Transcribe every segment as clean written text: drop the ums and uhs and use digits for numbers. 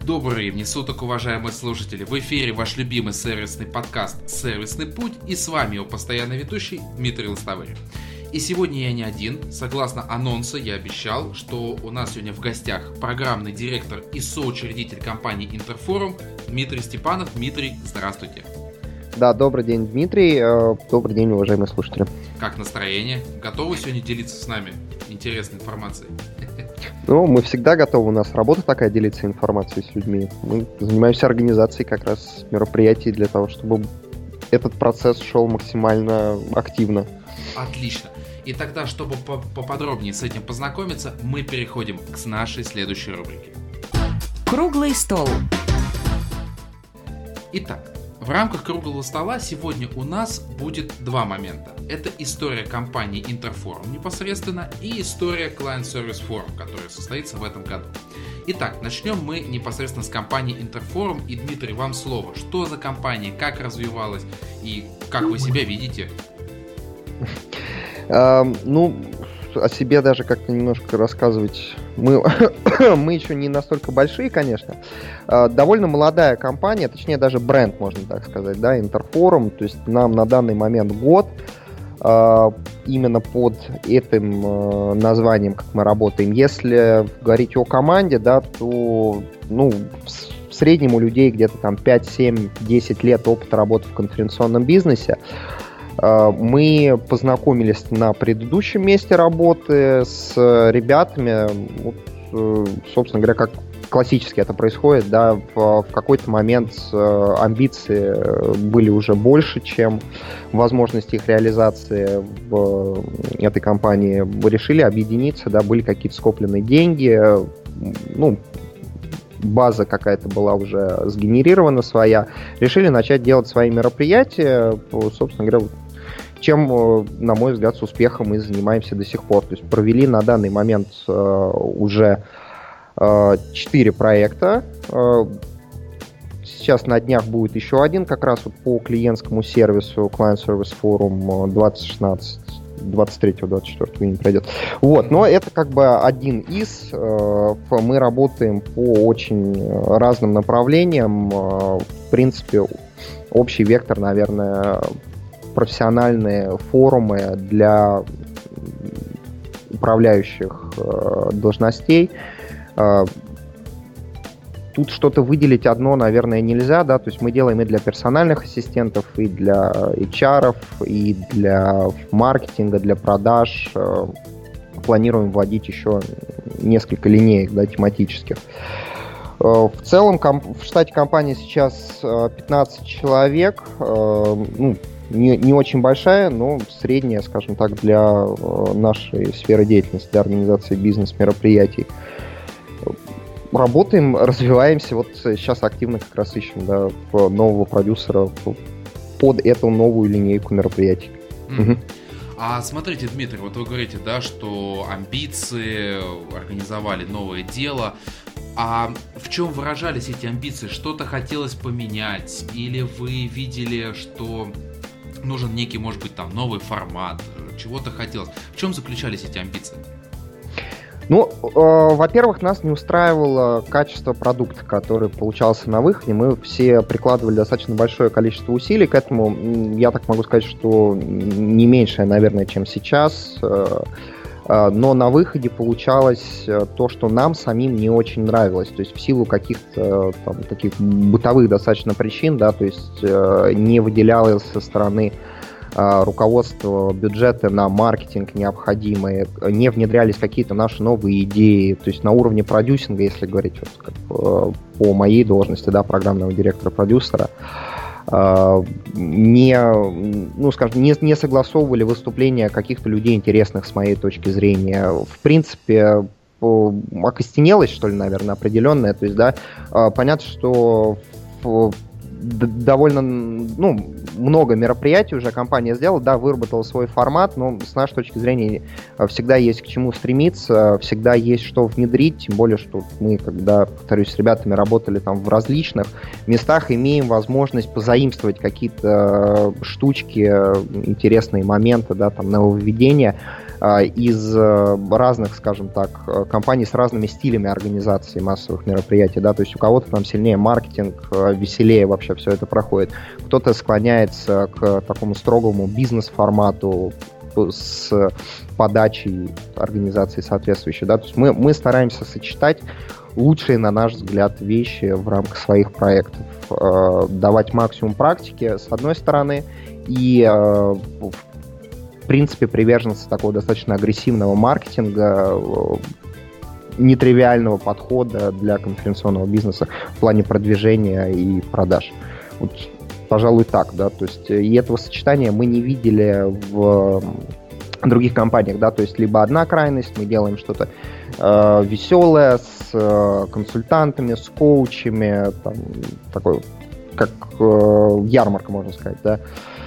Добрый времени суток, уважаемые слушатели! В эфире ваш любимый сервисный подкаст «Сервисный путь», и с вами его постоянный ведущий Дмитрий Лостовырь. И сегодня я не один. Согласно анонсу, я обещал, что у нас сегодня в гостях программный директор и соучредитель компании Интерфорум Дмитрий Степанов. Дмитрий, здравствуйте! Да, добрый день, Дмитрий. Добрый день, уважаемые слушатели. Как настроение? Готовы сегодня делиться с нами интересной информацией? Ну, мы всегда готовы. У нас работа такая — делиться информацией с людьми. Мы занимаемся организацией как раз мероприятий для того, чтобы этот процесс шел максимально активно. Отлично. И тогда, чтобы поподробнее с этим познакомиться, мы переходим к нашей следующей рубрике. Круглый стол. Итак, в рамках круглого стола сегодня у нас будет два момента. Это история компании Интерфорум непосредственно и история Client Service Forum, которая состоится в этом году. Итак, начнем мы непосредственно с компании Интерфорум. И, Дмитрий, вам слово. Что за компания, как развивалась и как вы себя видите? О себе даже как-то немножко рассказывать. Мы еще не настолько большие, конечно. Довольно молодая компания, точнее даже бренд, можно так сказать, да, Интерфорум. То есть нам на данный момент год. Именно под этим названием, как мы работаем. Если говорить о команде, да, то в среднем у людей где-то там 5, 7, 10 лет опыта работы в конференционном бизнесе. Мы познакомились на предыдущем месте работы с ребятами, собственно говоря, как классически это происходит, да, в какой-то момент амбиции были уже больше, чем возможности их реализации в этой компании. Мы решили объединиться, да, были какие-то скопленные деньги, база какая-то была уже сгенерирована своя, решили начать делать свои мероприятия, собственно говоря, чем, на мой взгляд, с успехом мы занимаемся до сих пор. То есть провели на данный момент уже 4 проекта. Сейчас на днях будет еще один, как раз вот по клиентскому сервису Client Service Forum 2016, 23-24 не пройдет. Вот, но это как бы один из. Мы работаем по очень разным направлениям. В принципе, общий вектор, наверное, профессиональные форумы для управляющих должностей. Тут что-то выделить одно, наверное, нельзя, да, то есть мы делаем и для персональных ассистентов, и для HR, и для маркетинга, для продаж. Планируем вводить еще несколько линеек, да, тематических. В целом в штате компании сейчас 15 человек, не очень большая, но средняя, скажем так, для нашей сферы деятельности, для организации бизнес-мероприятий. Работаем, развиваемся, вот сейчас активно как раз ищем, да, нового продюсера под эту новую линейку мероприятий. Mm-hmm. А смотрите, Дмитрий, вот вы говорите, да, что амбиции, организовали новое дело. А в чем выражались эти амбиции? Что-то хотелось поменять? Или вы видели, что нужен некий, может быть, там новый формат? Чего-то хотелось? В чем заключались эти амбиции? Во-первых, нас не устраивало качество продукта, который получался на выходе. Мы все прикладывали достаточно большое количество усилий к этому. Я так могу сказать, что не меньшее, наверное, чем сейчас. Но на выходе получалось то, что нам самим не очень нравилось. То есть в силу каких-то там таких бытовых достаточно причин, да, то есть не выделялось со стороны руководство бюджета на маркетинг необходимые, не внедрялись какие-то наши новые идеи, то есть на уровне продюсинга, если говорить по моей должности, да, программного директора-продюсера, не согласовывали выступления каких-то людей интересных с моей точки зрения. В принципе, окостенелость, что ли, наверное, определенная, то есть, да, понятно, что довольно много мероприятий уже компания сделала, да, выработала свой формат, но с нашей точки зрения всегда есть к чему стремиться, всегда есть что внедрить, тем более, что мы, когда, повторюсь, с ребятами работали там в различных местах, имеем возможность позаимствовать какие-то штучки, интересные моменты, да, там, нововведения из разных, скажем так, компаний с разными стилями организации массовых мероприятий, да, то есть у кого-то там сильнее маркетинг, веселее вообще все это проходит, кто-то склоняется к такому строгому бизнес-формату с подачей организации соответствующей, да, то есть мы стараемся сочетать лучшие, на наш взгляд, вещи в рамках своих проектов, давать максимум практики, с одной стороны, и в принципе приверженцы такого достаточно агрессивного маркетинга, нетривиального подхода для конференционного бизнеса в плане продвижения и продаж. Вот, пожалуй, так, да, то есть и этого сочетания мы не видели в других компаниях, да, то есть либо одна крайность, мы делаем что-то веселое с консультантами, с коучами, там, такой, как ярмарка, можно сказать, да,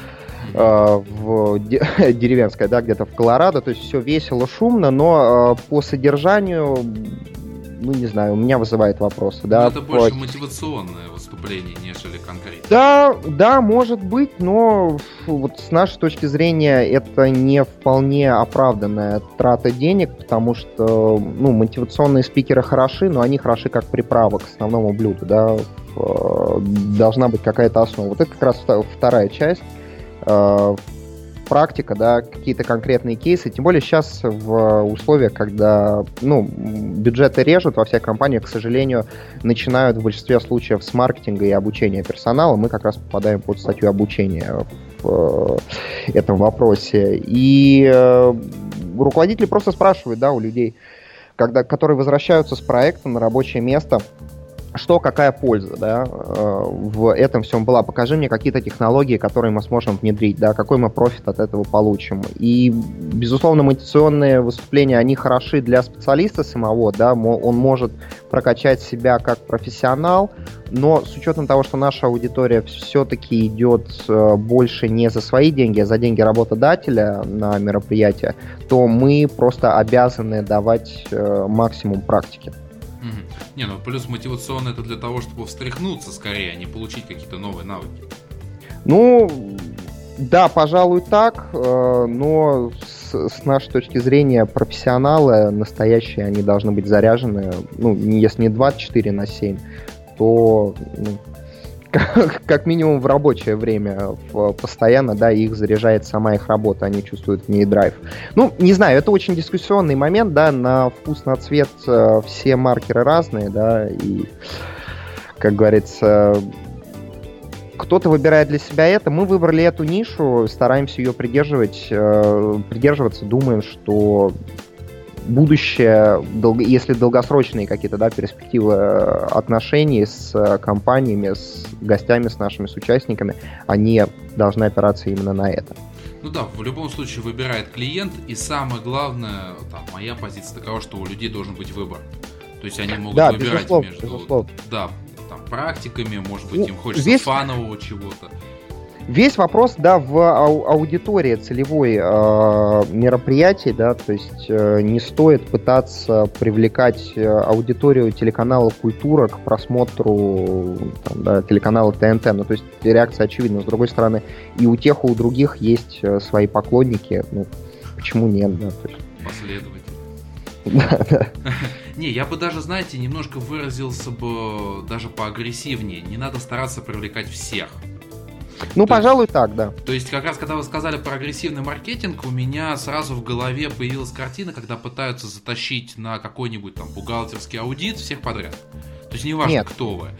деревенская, да, где-то в Колорадо, то есть все весело, шумно, но по содержанию, ну, не знаю, у меня вызывает вопросы, да. Но это больше мотивационное выступление, нежели конкретно. Да, может быть, но вот с нашей точки зрения это не вполне оправданная трата денег, потому что, ну, мотивационные спикеры хороши, но они хороши как приправа к основному блюду, да. Должна быть какая-то основа. Вот это как раз вторая часть. Практика, да, какие-то конкретные кейсы, тем более сейчас в условиях, когда, ну, бюджеты режут, во всех компаниях, к сожалению, начинают в большинстве случаев с маркетинга и обучения персонала, мы как раз попадаем под статью обучения в этом вопросе. И руководители просто спрашивают, да, у людей, которые возвращаются с проекта на рабочее место, что, какая польза, да, в этом всем была. Покажи мне какие-то технологии, которые мы сможем внедрить, да, какой мы профит от этого получим. И, безусловно, мотивационные выступления, они хороши для специалиста самого, да, он может прокачать себя как профессионал, но с учетом того, что наша аудитория все-таки идет больше не за свои деньги, а за деньги работодателя на мероприятие, то мы просто обязаны давать максимум практики. Не, ну плюс мотивационно это для того, чтобы встряхнуться скорее, а не получить какие-то новые навыки. Ну, да, пожалуй, так, но с нашей точки зрения профессионалы настоящие, они должны быть заряжены, ну, если не 24/7, то, ну, как минимум в рабочее время постоянно, да, их заряжает сама их работа, они чувствуют в ней драйв. Ну, не знаю, это очень дискуссионный момент, да, на вкус, на цвет все маркеры разные, да, и, как говорится, кто-то выбирает для себя это, мы выбрали эту нишу, стараемся ее придерживаться, думаем, что будущее, если долгосрочные какие-то, да, перспективы отношений с компаниями, с гостями, с нашими, с участниками, они должны опираться именно на это. Ну да, в любом случае выбирает клиент, и самое главное, там, моя позиция такова, что у людей должен быть выбор. То есть они могут выбирать между да, там, практиками, может быть, им хочется фанового чего-то. Весь вопрос, да, в аудитории целевой мероприятий, да, то есть не стоит пытаться привлекать аудиторию телеканала «Культура» к просмотру там, да, телеканала ТНТ, ну, то есть реакция очевидна. С другой стороны, и у тех, и у других есть свои поклонники, ну, почему нет, да, то есть... Последователи. Не, я бы даже, знаете, немножко выразился бы даже поагрессивнее. Не надо стараться привлекать всех. Ну, пожалуй, так, да. То есть, как раз, когда вы сказали про агрессивный маркетинг, у меня сразу в голове появилась картина, когда пытаются затащить на какой-нибудь там бухгалтерский аудит всех подряд. То есть, неважно, кто вы.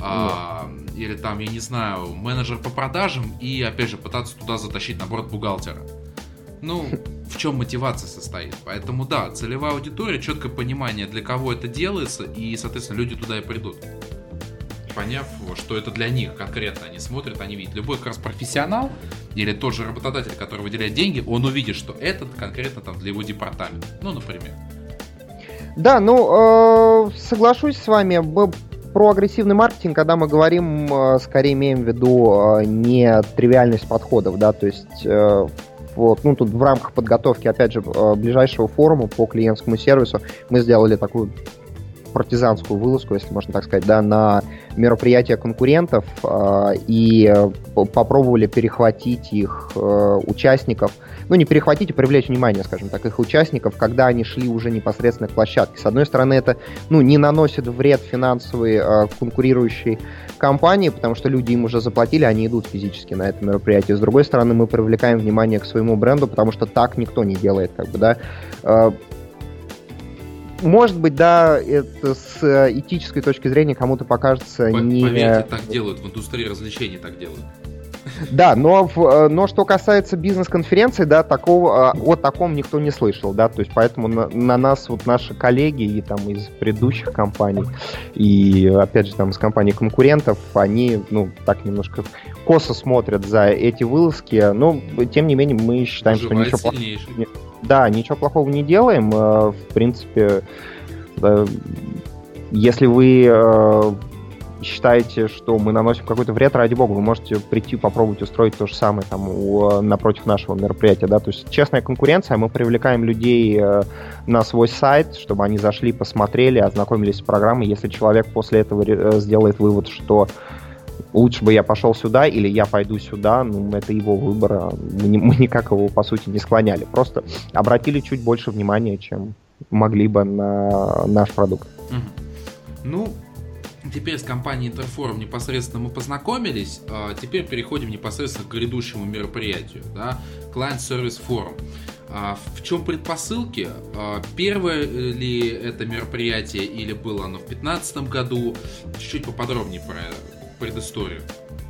Или там, я не знаю, менеджер по продажам, и, опять же, пытаться туда затащить, наоборот, бухгалтера. Ну, в чем мотивация состоит? Поэтому, да, целевая аудитория, четкое понимание, для кого это делается, и, соответственно, люди туда и придут. Поняв, что это для них конкретно, они смотрят, они видят. Любой как раз профессионал или тот же работодатель, который выделяет деньги, он увидит, что это конкретно там для его департамента. Ну, например. Да, ну, соглашусь с вами. Про агрессивный маркетинг, когда мы говорим, скорее имеем в виду не тривиальность подходов, да, то есть... Вот, ну, тут в рамках подготовки, опять же, ближайшего форума по клиентскому сервису мы сделали такую партизанскую вылазку, если можно так сказать, да, на мероприятия конкурентов и попробовали перехватить их участников, ну не перехватить, а привлечь внимание, скажем так, их участников, когда они шли уже непосредственно к площадке. С одной стороны, это не наносит вред финансовой конкурирующей компании, потому что люди им уже заплатили, они идут физически на это мероприятие. С другой стороны, мы привлекаем внимание к своему бренду, потому что так никто не делает, как бы, да. Может быть, да, это с этической точки зрения кому-то покажется не... Поверьте, так делают, в индустрии развлечений так делают. Да, но что касается бизнес-конференции, да, о таком никто не слышал, да, то есть поэтому на нас вот наши коллеги и там из предыдущих компаний, и опять же там из компаний конкурентов, они, так немножко косо смотрят за эти вылазки, но тем не менее мы считаем, что ничего плохого не делаем, в принципе, если вы считаете, что мы наносим какой-то вред, ради бога, вы можете прийти, попробовать устроить то же самое там напротив нашего мероприятия, да, то есть честная конкуренция, мы привлекаем людей на свой сайт, чтобы они зашли, посмотрели, ознакомились с программой, если человек после этого сделает вывод, что лучше бы я пошел сюда или я пойду сюда, это его выбор, мы никак его, по сути, не склоняли, просто обратили чуть больше внимания, чем могли бы на наш продукт. Теперь с компанией Interforum непосредственно мы познакомились, теперь переходим непосредственно к грядущему мероприятию, да, Client Service Forum. В чем предпосылки? Первое ли это мероприятие или было оно в 2015 году? Чуть-чуть поподробнее про предысторию.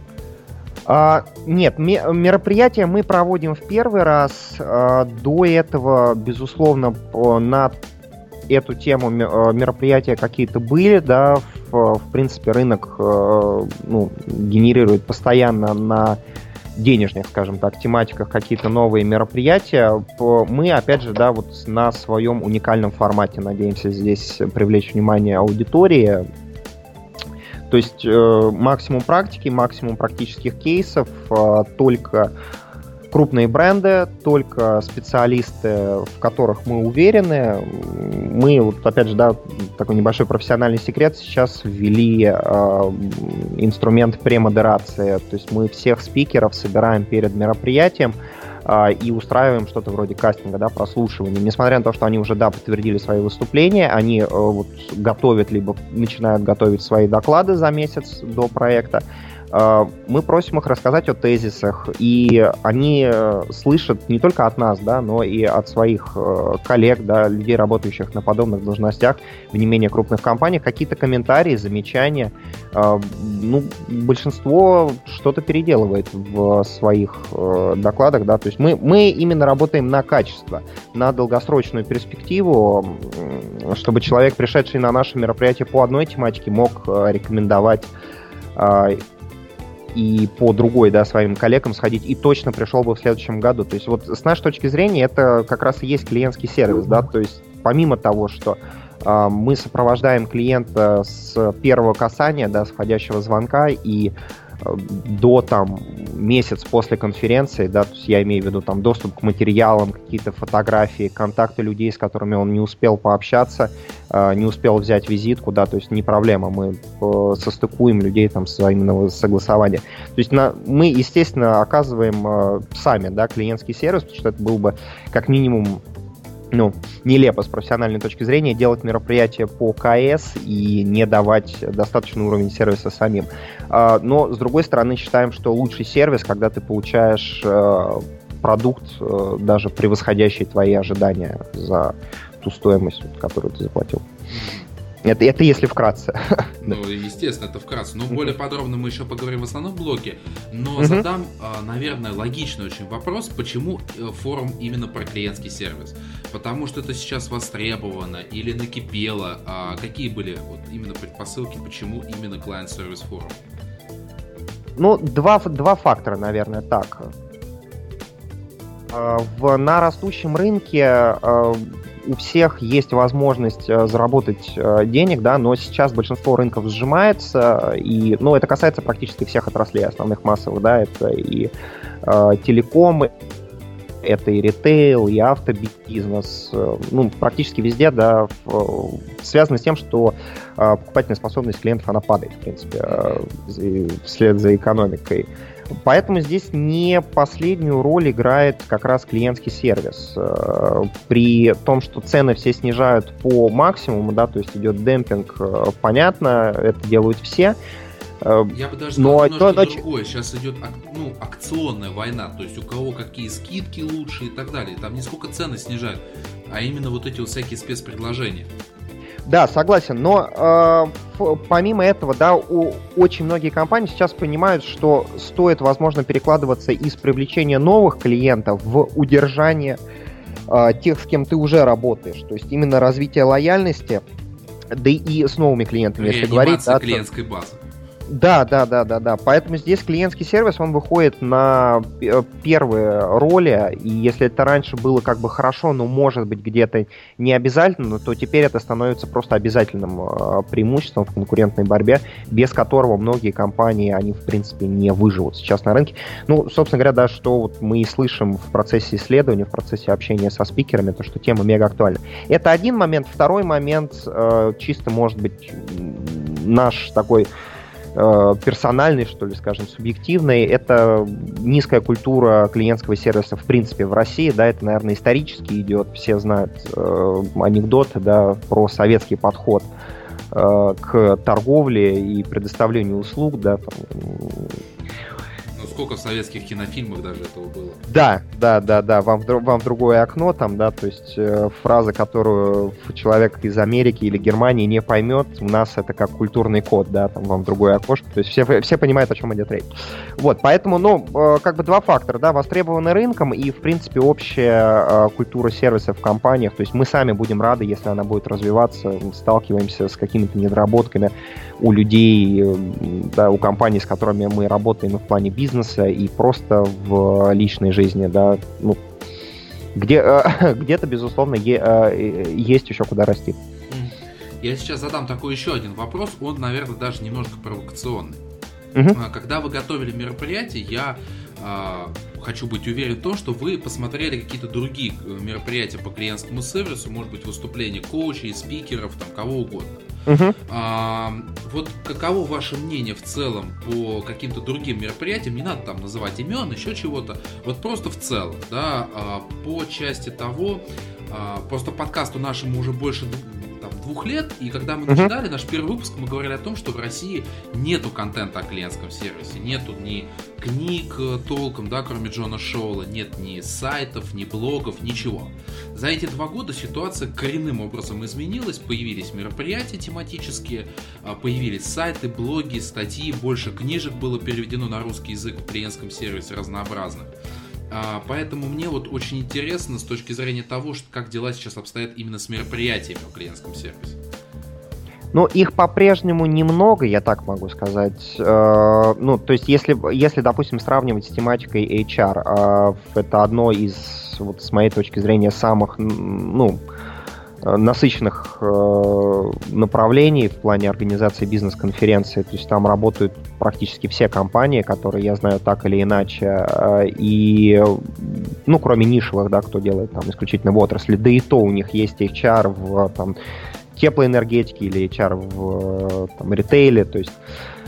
Нет, мероприятие мы проводим в первый раз. До этого, безусловно, на эту тему мероприятия какие-то были, да, в принципе, рынок генерирует постоянно на денежных, скажем так, тематиках какие-то новые мероприятия. Мы, опять же, да, вот на своем уникальном формате надеемся здесь привлечь внимание аудитории. То есть максимум практики, максимум практических кейсов, только крупные бренды, только специалисты, в которых мы уверены. Мы, вот опять же, да, такой небольшой профессиональный секрет, сейчас ввели инструмент премодерации. То есть мы всех спикеров собираем перед мероприятием и устраиваем что-то вроде кастинга, да, прослушивания. Несмотря на то, что они уже, да, подтвердили свои выступления, они готовят, либо начинают готовить свои доклады за месяц до проекта, мы просим их рассказать о тезисах, и они слышат не только от нас, да, но и от своих коллег, да, людей, работающих на подобных должностях в не менее крупных компаниях, какие-то комментарии, замечания. Большинство что-то переделывает в своих докладах, да, то есть мы именно работаем на качество, на долгосрочную перспективу, чтобы человек, пришедший на наше мероприятие по одной тематике, мог рекомендовать и по другой, да, своим коллегам сходить, и точно пришел бы в следующем году. То есть вот с нашей точки зрения это как раз и есть клиентский сервис, да, то есть помимо того, что мы сопровождаем клиента с первого касания, да, с входящего звонка и до там месяц после конференции, да, то есть я имею в виду там доступ к материалам, какие-то фотографии, контакты людей, с которыми он не успел пообщаться, не успел взять визитку, да, то есть не проблема, мы состыкуем людей там с именно согласования. То есть мы, естественно, оказываем сами, да, клиентский сервис, потому что это был бы как минимум нелепо с профессиональной точки зрения делать мероприятие по КС и не давать достаточный уровень сервиса самим. Но, с другой стороны, считаем, что лучший сервис, когда ты получаешь продукт, даже превосходящий твои ожидания за ту стоимость, которую ты заплатил. Это если вкратце. Естественно, это вкратце. Но более подробно мы еще поговорим в основном блоке. Но задам, наверное, логичный очень вопрос, почему форум именно про клиентский сервис? Потому что это сейчас востребовано или накипело? Какие были именно предпосылки, почему именно Client Service Forum? Два фактора, наверное, так. На растущем рынке у всех есть возможность заработать денег, да, но сейчас большинство рынков сжимается, и, это касается практически всех отраслей основных массовых, да, это и телеком, Это и ритейл, и автобизнес, ну, практически везде, да, связано с тем, что покупательная способность клиентов, она падает, в принципе, вслед за экономикой. Поэтому здесь не последнюю роль играет как раз клиентский сервис. При том, что цены все снижают по максимуму, да, то есть идет демпинг, понятно, это делают все. Я бы даже сказал немножко другое. Сейчас идет акционная война, то есть у кого какие скидки лучше и так далее. Там не сколько цены снижают, а именно вот эти вот всякие спецпредложения. Да, согласен, но помимо этого, да, очень многие компании сейчас понимают, что стоит, возможно, перекладываться из привлечения новых клиентов в удержание тех, с кем ты уже работаешь. То есть именно развитие лояльности, да и с новыми клиентами, если говорить. Да, клиентской базы. Да. Поэтому здесь клиентский сервис, он выходит на первые роли, и если это раньше было как бы хорошо, но может быть где-то не обязательно, то теперь это становится просто обязательным преимуществом в конкурентной борьбе, без которого многие компании, они в принципе не выживут сейчас на рынке. Ну, собственно говоря, да, что вот мы и слышим в процессе исследования, в процессе общения со спикерами, то, что тема мега актуальна. Это один момент. Второй момент, чисто может быть наш такой персональный, что ли, скажем, субъективный, это низкая культура клиентского сервиса в принципе в России, да, это, наверное, исторически идет, все знают анекдоты, да, про советский подход к торговле и предоставлению услуг, да, там. Ну, сколько в советских кинофильмах даже этого было. Да, вам в другое окно, там, да, то есть фраза, которую человек из Америки или Германии не поймет, у нас это как культурный код, да, там, вам в другое окошко, то есть все понимают, о чем идет речь. Вот, поэтому, ну, как бы два фактора, да, востребованы рынком и, в принципе, общая культура сервиса в компаниях, то есть мы сами будем рады, если она будет развиваться, сталкиваемся с какими-то недоработками у людей, да, у компаний, с которыми мы работаем в плане бизнеса и просто в личной жизни, да, ну, где-то, безусловно, есть еще куда расти. Я сейчас задам такой еще один вопрос, он, наверное, даже немножко провокационный. Когда вы готовили мероприятие, я хочу быть уверен в том, что вы посмотрели какие-то другие мероприятия по клиентскому сервису, может быть, выступления коучей, спикеров, там, кого угодно. Вот каково ваше мнение в целом по каким-то другим мероприятиям, не надо там называть имен, еще чего-то, вот просто в целом, да, по части того, просто подкасту нашему уже больше 2 лет, и когда мы начинали наш первый выпуск, мы говорили о том, что в России нету контента о клиентском сервисе, нету ни книг толком, да, кроме Джона Шоула, нет ни сайтов, ни блогов, ничего. За эти 2 года ситуация коренным образом изменилась, появились мероприятия тематические, появились сайты, блоги, статьи, больше книжек было переведено на русский язык в клиентском сервисе разнообразных. Поэтому мне вот очень интересно с точки зрения того, как дела сейчас обстоят именно с мероприятиями в клиентском сервисе. Ну, их по-прежнему немного, я так могу сказать. Ну, то есть, если, допустим, сравнивать с тематикой HR, это одно из, вот, с моей точки зрения, самых, ну, насыщенных направлений в плане организации бизнес-конференции. То есть там работают практически все компании, которые я знаю так или иначе. И, ну, кроме нишевых, да, кто делает там исключительно в отрасли, да и то у них есть HR в там, теплоэнергетике или HR в там, ритейле. То есть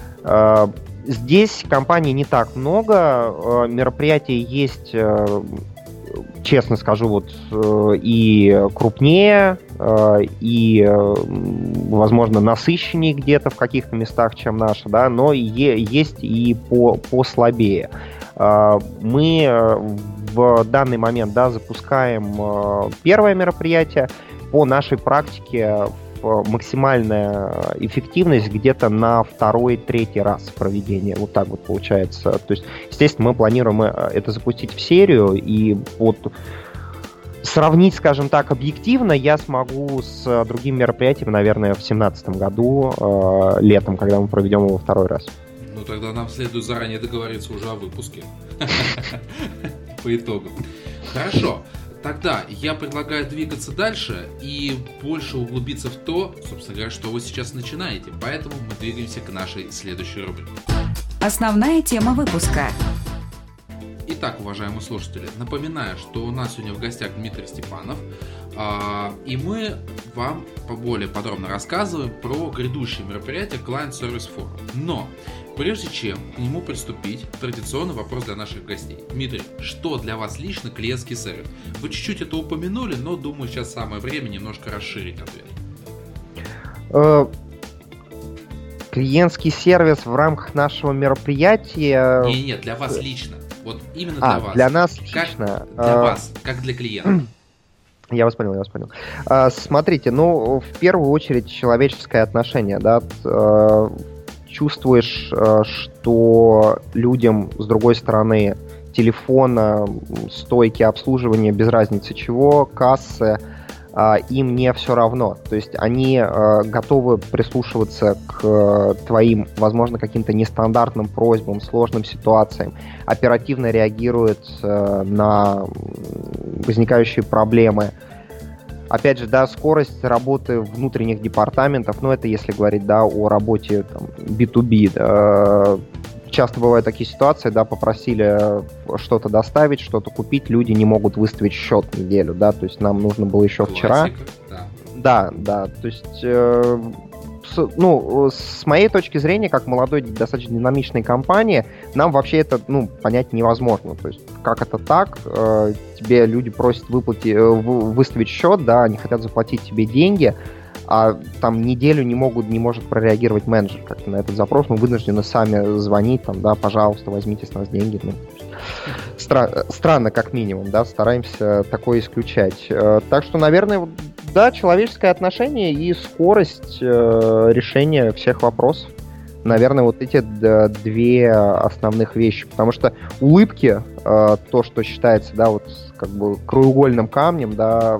здесь компаний не так много, мероприятий есть, честно скажу, вот и крупнее, и, возможно, насыщеннее где-то в каких-то местах, чем наши, да, но есть и послабее. Мы в данный момент, да, запускаем первое мероприятие. По нашей практике максимальная эффективность где-то на 2-3 раз проведения. Вот так вот получается. То есть, естественно, мы планируем это запустить в серию, и вот сравнить, скажем так, объективно я смогу с другим мероприятием, наверное, в 2017 году, летом, когда мы проведем его 2-й раз. Ну, тогда нам следует заранее договориться уже о выпуске. По итогам. Хорошо. Тогда я предлагаю двигаться дальше и больше углубиться в то, собственно говоря, что вы сейчас начинаете. Поэтому мы двигаемся к нашей следующей рубрике. Основная тема выпуска. Итак, уважаемые слушатели, напоминаю, что у нас сегодня в гостях Дмитрий Степанов, и мы вам более подробно рассказываем про грядущее мероприятие Client Service Forum. Но прежде чем к нему приступить, традиционный вопрос для наших гостей. Дмитрий, что для вас лично клиентский сервис? Вы чуть-чуть это упомянули, но думаю, сейчас самое время немножко расширить ответ. Клиентский сервис в рамках нашего мероприятия... Нет, для вас лично. Вот именно для вас. Для нас лично. Для вас, как для клиента. Я вас понял. Смотрите, в первую очередь человеческое отношение, да, чувствуешь, что людям с другой стороны телефона, стойки обслуживания, без разницы чего, кассы, им не все равно. То есть они готовы прислушиваться к твоим, возможно, каким-то нестандартным просьбам, сложным ситуациям, оперативно реагируют на возникающие проблемы. Опять же, да, скорость работы внутренних департаментов, это если говорить, да, о работе там, B2B, да, часто бывают такие ситуации, да, попросили что-то доставить, что-то купить, люди не могут выставить счет неделю, да, то есть нам нужно было еще вчера. Да, то есть, с моей точки зрения, как молодой, достаточно динамичной компании, нам вообще это, понять невозможно, то есть, как это так, тебе люди просят выставить счет, да, они хотят заплатить тебе деньги, а там неделю не может прореагировать менеджер как-то на этот запрос, мы вынуждены сами звонить, там, да, пожалуйста, возьмите с нас деньги. Странно, как минимум, да, стараемся такое исключать. Так что, наверное, да, человеческое отношение и скорость решения всех вопросов. Наверное, вот эти две основных вещи, потому что улыбки, то, что считается, да, вот как бы краеугольным камнем, да,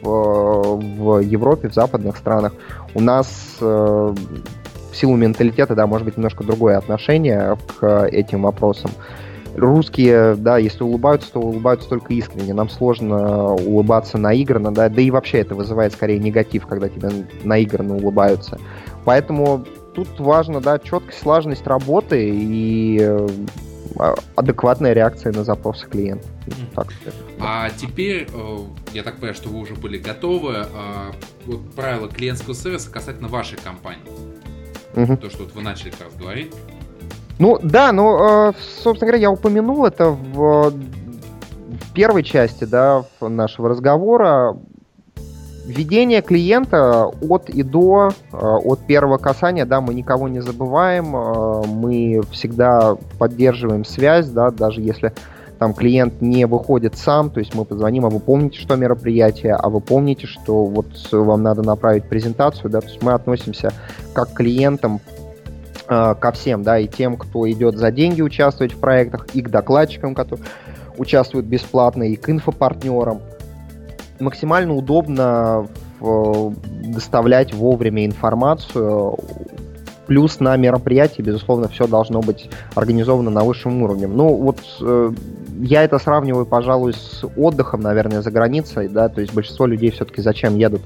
в Европе, в западных странах, у нас в силу менталитета, да, может быть, немножко другое отношение к этим вопросам. Русские, да, если улыбаются, то улыбаются только искренне. Нам сложно улыбаться наигранно, да и вообще это вызывает скорее негатив, когда тебе наигранно улыбаются. Поэтому тут важно, да, четкость, слаженность работы и адекватная реакция на запросы клиента. Так. А теперь, я так понимаю, что вы уже были готовы, вот правила клиентского сервиса касательно вашей компании. То, что вот вы начали как раз говорить. Собственно говоря, я упомянул это в первой части, да, нашего разговора. Ведение клиента от и до, от первого касания, да, мы никого не забываем, мы всегда поддерживаем связь, да, даже если там клиент не выходит сам, то есть мы позвоним, а вы помните, что мероприятие, а вы помните, что вот вам надо направить презентацию, да, то есть мы относимся как к клиентам, ко всем, да, и тем, кто идет за деньги участвовать в проектах, и к докладчикам, которые участвуют бесплатно, и к инфопартнерам. Максимально удобно доставлять вовремя информацию. Плюс на мероприятии, безусловно, все должно быть организовано на высшем уровне. Я это сравниваю, пожалуй, с отдыхом, наверное, за границей, да, то есть большинство людей все-таки зачем едут,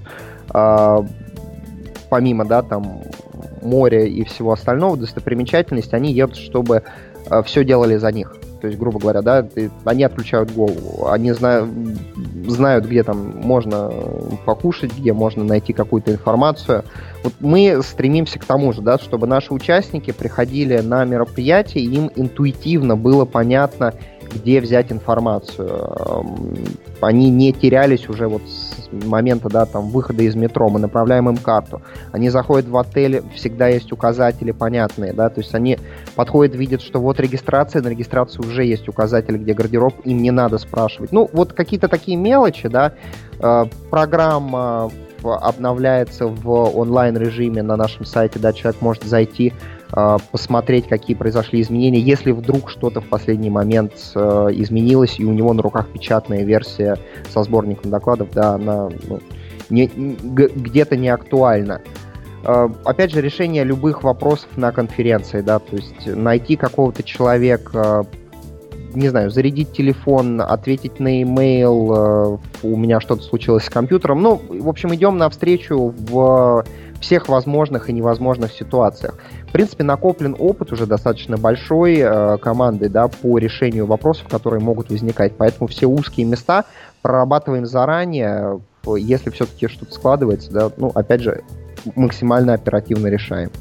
помимо, да, там, моря и всего остального, достопримечательность, они едут, чтобы все делали за них. То есть, грубо говоря, да, они отключают голову, они знают, где там можно покушать, где можно найти какую-то информацию. Вот мы стремимся к тому же, да, чтобы наши участники приходили на мероприятие, и им интуитивно было понятно, где взять информацию. Они не терялись уже вот с момента, да, там, выхода из метро, мы направляем им карту. Они заходят в отель, всегда есть указатели понятные, да, то есть они подходят, видят, что вот регистрация, на регистрации уже есть указатели, где гардероб, им не надо спрашивать. Вот какие-то такие мелочи, да, программа обновляется в онлайн-режиме на нашем сайте, да, человек может зайти, посмотреть, какие произошли изменения. Если вдруг что-то в последний момент изменилось, и у него на руках печатная версия со сборником докладов, да, она где-то не актуальна. Опять же, решение любых вопросов на конференции, да, то есть найти какого-то человека, не знаю, зарядить телефон, ответить на e-mail, у меня что-то случилось с компьютером. В общем, идем навстречу в всех возможных и невозможных ситуациях. В принципе, накоплен опыт уже достаточно большой командой, да, по решению вопросов, которые могут возникать. Поэтому все узкие места прорабатываем заранее. Если все-таки что-то складывается, да, ну, опять же, максимально оперативно решаем.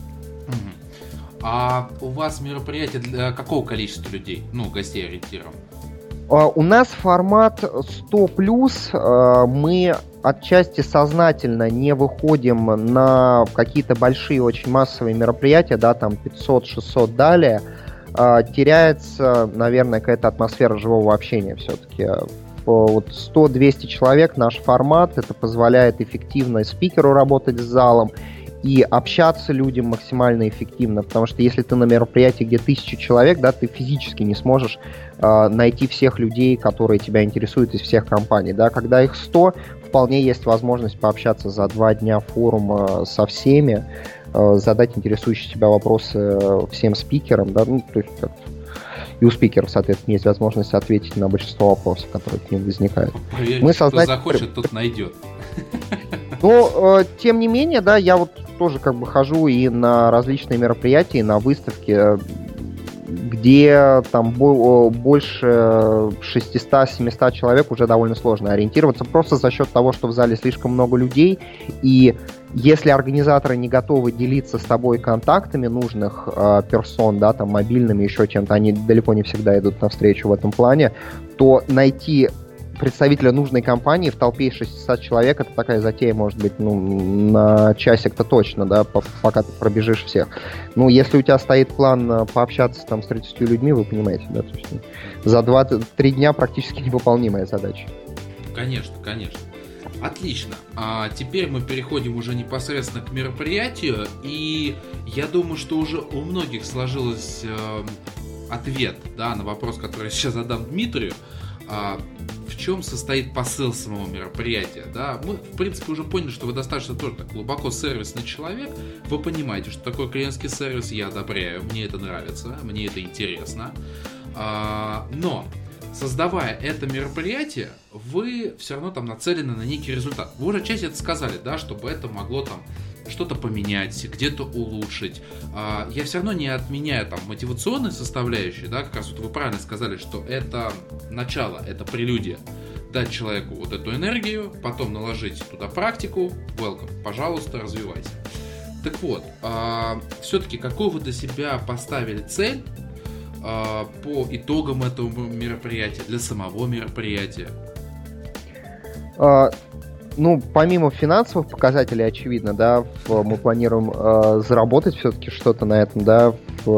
А у вас мероприятие для какого количества людей, ну, гостей ориентирован? У нас формат 100+, мы отчасти сознательно не выходим на какие-то большие, очень массовые мероприятия, да, там 500-600 далее, теряется, наверное, какая-то атмосфера живого общения все-таки. Вот 100-200 человек наш формат, это позволяет эффективно спикеру работать с залом и общаться людям максимально эффективно, потому что если ты на мероприятии, где 1000 человек, да, ты физически не сможешь найти всех людей, которые тебя интересуют из всех компаний, да, когда их 100, вполне есть возможность пообщаться за 2 дня форума со всеми, задать интересующие тебя вопросы всем спикерам, да, ну, то есть и у спикеров, соответственно, есть возможность ответить на большинство вопросов, которые к ним возникают. Поверьте, кто захочет, тот найдет. Но, тем не менее, да, я вот тоже как бы хожу и на различные мероприятия, и на выставки, где там больше 600-700 человек уже довольно сложно ориентироваться, просто за счет того, что в зале слишком много людей, и если организаторы не готовы делиться с тобой контактами нужных персон, да, там, мобильными, еще чем-то, они далеко не всегда идут навстречу в этом плане, то найти представителя нужной компании в толпе из 600 человек, это такая затея, может быть, ну, на часик-то точно, да, пока ты пробежишь всех. Ну, если у тебя стоит план пообщаться там с 30 людьми, вы понимаете, да, то есть за 2-3 дня практически невыполнимая задача. Конечно, конечно. Отлично. А теперь мы переходим уже непосредственно к мероприятию, и я думаю, что уже у многих сложился ответ, да, на вопрос, который я сейчас задам Дмитрию. В чем состоит посыл самого мероприятия, да? Мы, в принципе, уже поняли, что вы достаточно тоже так глубоко сервисный человек. Вы понимаете, что такое клиентский сервис, я одобряю, мне это нравится, мне это интересно. Но создавая это мероприятие, вы все равно там нацелены на некий результат. Вы уже часть это сказали, да, чтобы это могло там что-то поменять, где-то улучшить. Я все равно не отменяю там мотивационной составляющей, да, как раз вот вы правильно сказали, что это начало, это прелюдия. Дать человеку вот эту энергию, потом наложить туда практику, welcome, пожалуйста, развивайся. Так вот, все-таки какую вы для себя поставили цель по итогам этого мероприятия, для самого мероприятия? Ну, помимо финансовых показателей, очевидно, да, мы планируем заработать все-таки что-то на этом, да,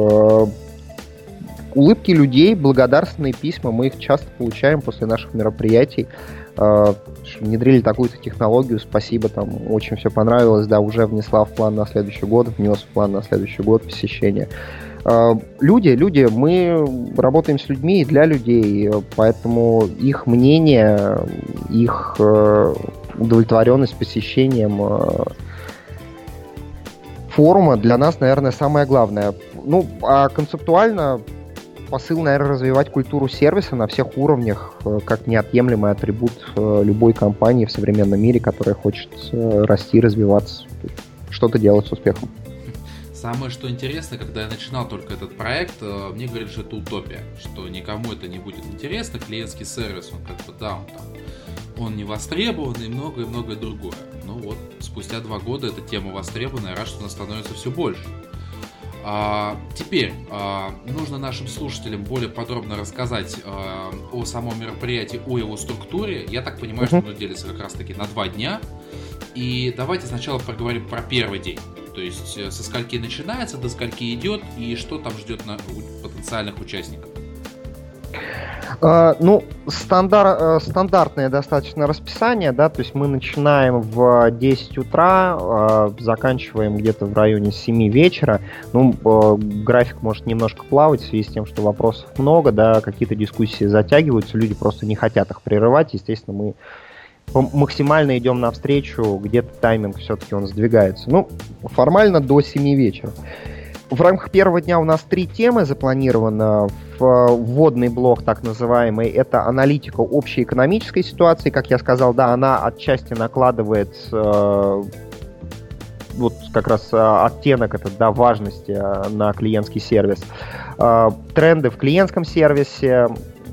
улыбки людей, благодарственные письма, мы их часто получаем после наших мероприятий. Внедрили такую-то технологию, спасибо, там очень все понравилось, да, уже внесла в план на следующий год, внес в план на следующий год посещения. Люди, мы работаем с людьми и для людей, поэтому их мнение, их удовлетворенность посещением форума для нас, наверное, самое главное. Ну, а концептуально посыл, наверное, развивать культуру сервиса на всех уровнях, как неотъемлемый атрибут любой компании в современном мире, которая хочет расти, развиваться, что-то делать с успехом. Самое, что интересно, когда я начинал только этот проект, мне говорили, что это утопия, что никому это не будет интересно, клиентский сервис, он как бы, да, он не востребован и многое другое. Ну вот, спустя 2 года эта тема востребована, и рад, что она становится все больше. Теперь нужно нашим слушателям более подробно рассказать о самом мероприятии, о его структуре. Я так понимаю, что оно делится как раз таки на 2 дня. И давайте сначала поговорим про первый день. То есть со скольки начинается, до скольки идет и что там ждет на потенциальных участников. Ну, стандартное достаточно расписание, да, то есть мы начинаем в 10 утра, заканчиваем где-то в районе 7 вечера. Ну, график может немножко плавать в связи с тем, что вопросов много, да, какие-то дискуссии затягиваются, люди просто не хотят их прерывать, естественно, мы максимально идем навстречу, где-то тайминг все-таки он сдвигается. Ну, формально до 7 вечера. В рамках первого дня у нас 3 темы запланировано. Вводный блок, так называемый, это аналитика общей экономической ситуации. Как я сказал, да, она отчасти накладывает вот как раз оттенок этот, да, важности на клиентский сервис. Тренды в клиентском сервисе,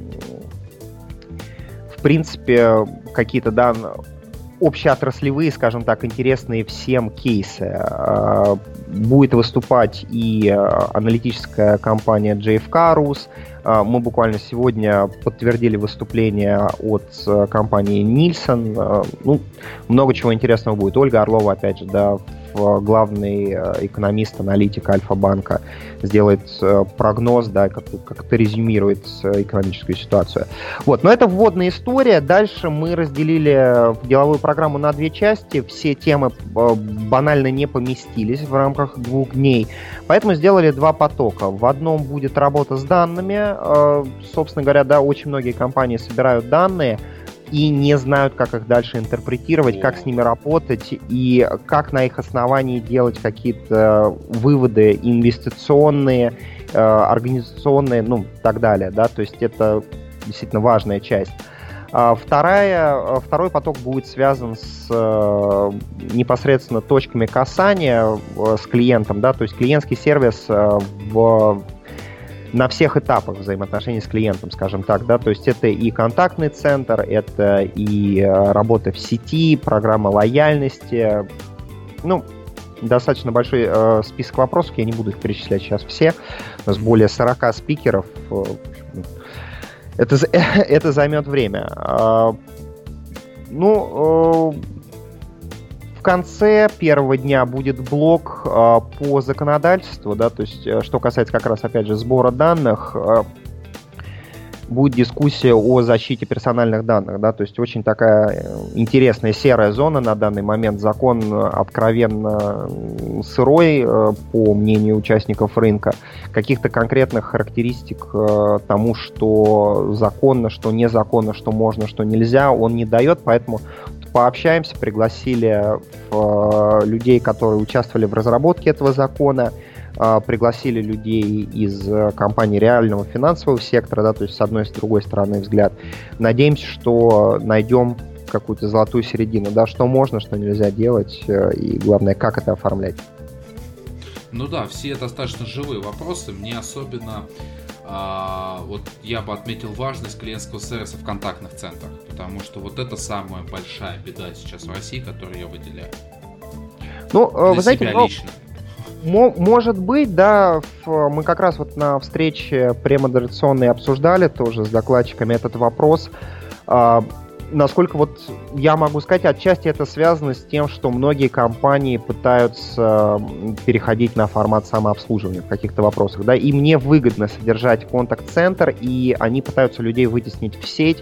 в принципе, какие-то, да, общеотраслевые, скажем так, интересные всем кейсы. Будет выступать и аналитическая компания JFK Rus. Мы буквально сегодня подтвердили выступление от компании Nielsen. Ну, много чего интересного будет. Ольга Орлова, опять же, да, главный экономист, аналитик Альфа-банка, сделает прогноз, да, как-то резюмирует экономическую ситуацию. Вот, но это вводная история. Дальше мы разделили деловую программу на две части. Все темы банально не поместились в рамках 2 дней, поэтому сделали 2 потока. В одном будет работа с данными. Собственно говоря, да, очень многие компании собирают данные и не знают, как их дальше интерпретировать, как с ними работать и как на их основании делать какие-то выводы инвестиционные, организационные, ну, так далее, да, то есть это действительно важная часть. Второй поток будет связан с непосредственно точками касания с клиентом, да, то есть клиентский сервис на всех этапах взаимоотношений с клиентом, скажем так, да, то есть это и контактный центр, это и работа в сети, программа лояльности, ну, достаточно большой список вопросов, я не буду их перечислять сейчас все, у нас более 40 спикеров, это займет время. В конце первого дня будет блок по законодательству, да, то есть что касается как раз, опять же, сбора данных, будет дискуссия о защите персональных данных, да, то есть очень такая интересная серая зона на данный момент. Закон откровенно сырой, по мнению участников рынка. Каких-то конкретных характеристик тому, что законно, что незаконно, что можно, что нельзя, он не дает, поэтому пообщаемся, пригласили людей, которые участвовали в разработке этого закона, пригласили людей из компаний реального финансового сектора, да, то есть с одной и с другой стороны взгляд. Надеемся, что найдем какую-то золотую середину, да, что можно, что нельзя делать, и главное, как это оформлять. Ну да, все достаточно живые вопросы. Мне особенно, вот я бы отметил важность клиентского сервиса в контактных центрах, потому что вот это самая большая беда сейчас в России, которую я выделяю. Ну, для вы знаете, себя лично. Может быть, да, мы как раз вот на встрече премодерационной обсуждали тоже с докладчиками этот вопрос. Насколько вот я могу сказать, отчасти это связано с тем, что многие компании пытаются переходить на формат самообслуживания в каких-то вопросах, да, и мне выгодно содержать контакт-центр, и они пытаются людей вытеснить в сеть.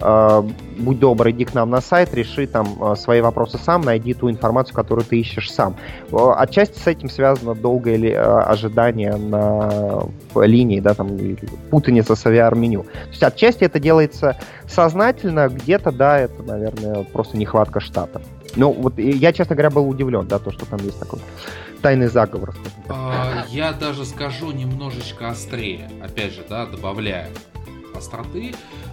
Будь добр, иди к нам на сайт, реши там свои вопросы сам, найди ту информацию, которую ты ищешь сам. Отчасти с этим связано долгое ожидание на линии, да, там, путаница с AVR-меню. То есть отчасти это делается сознательно, где-то, да, это, наверное, просто нехватка штата. Ну, вот я, честно говоря, был удивлен, да, то, что там есть такой тайный заговор. Я даже скажу немножечко острее, опять же, да, добавляя остроты,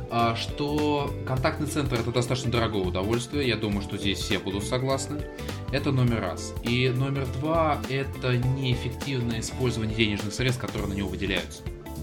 что контактный центр — это достаточно дорогое удовольствие. Я думаю, что здесь все будут согласны. Это номер раз. И номер два — это неэффективное использование денежных средств, которые на него выделяются.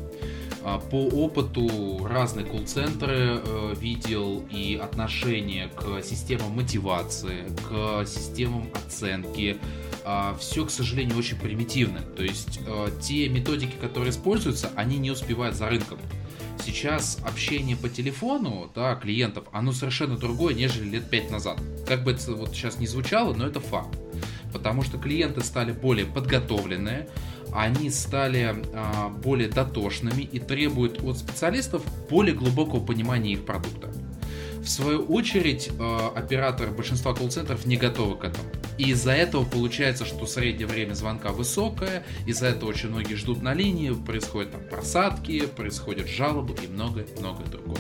По опыту разные колл-центры видел и отношение к системам мотивации, к системам оценки. Все, к сожалению, очень примитивно. То есть те методики, которые используются, они не успевают за рынком. Сейчас общение по телефону, да, клиентов, оно совершенно другое, нежели лет 5 назад. Как бы это вот сейчас не звучало, но это факт. Потому что клиенты стали более подготовленные, они стали более дотошными и требуют от специалистов более глубокого понимания их продукта. В свою очередь, операторы большинства колл-центров не готовы к этому. И из-за этого получается, что среднее время звонка высокое, из-за этого очень многие ждут на линии, происходят там просадки, происходят жалобы и многое-многое другое.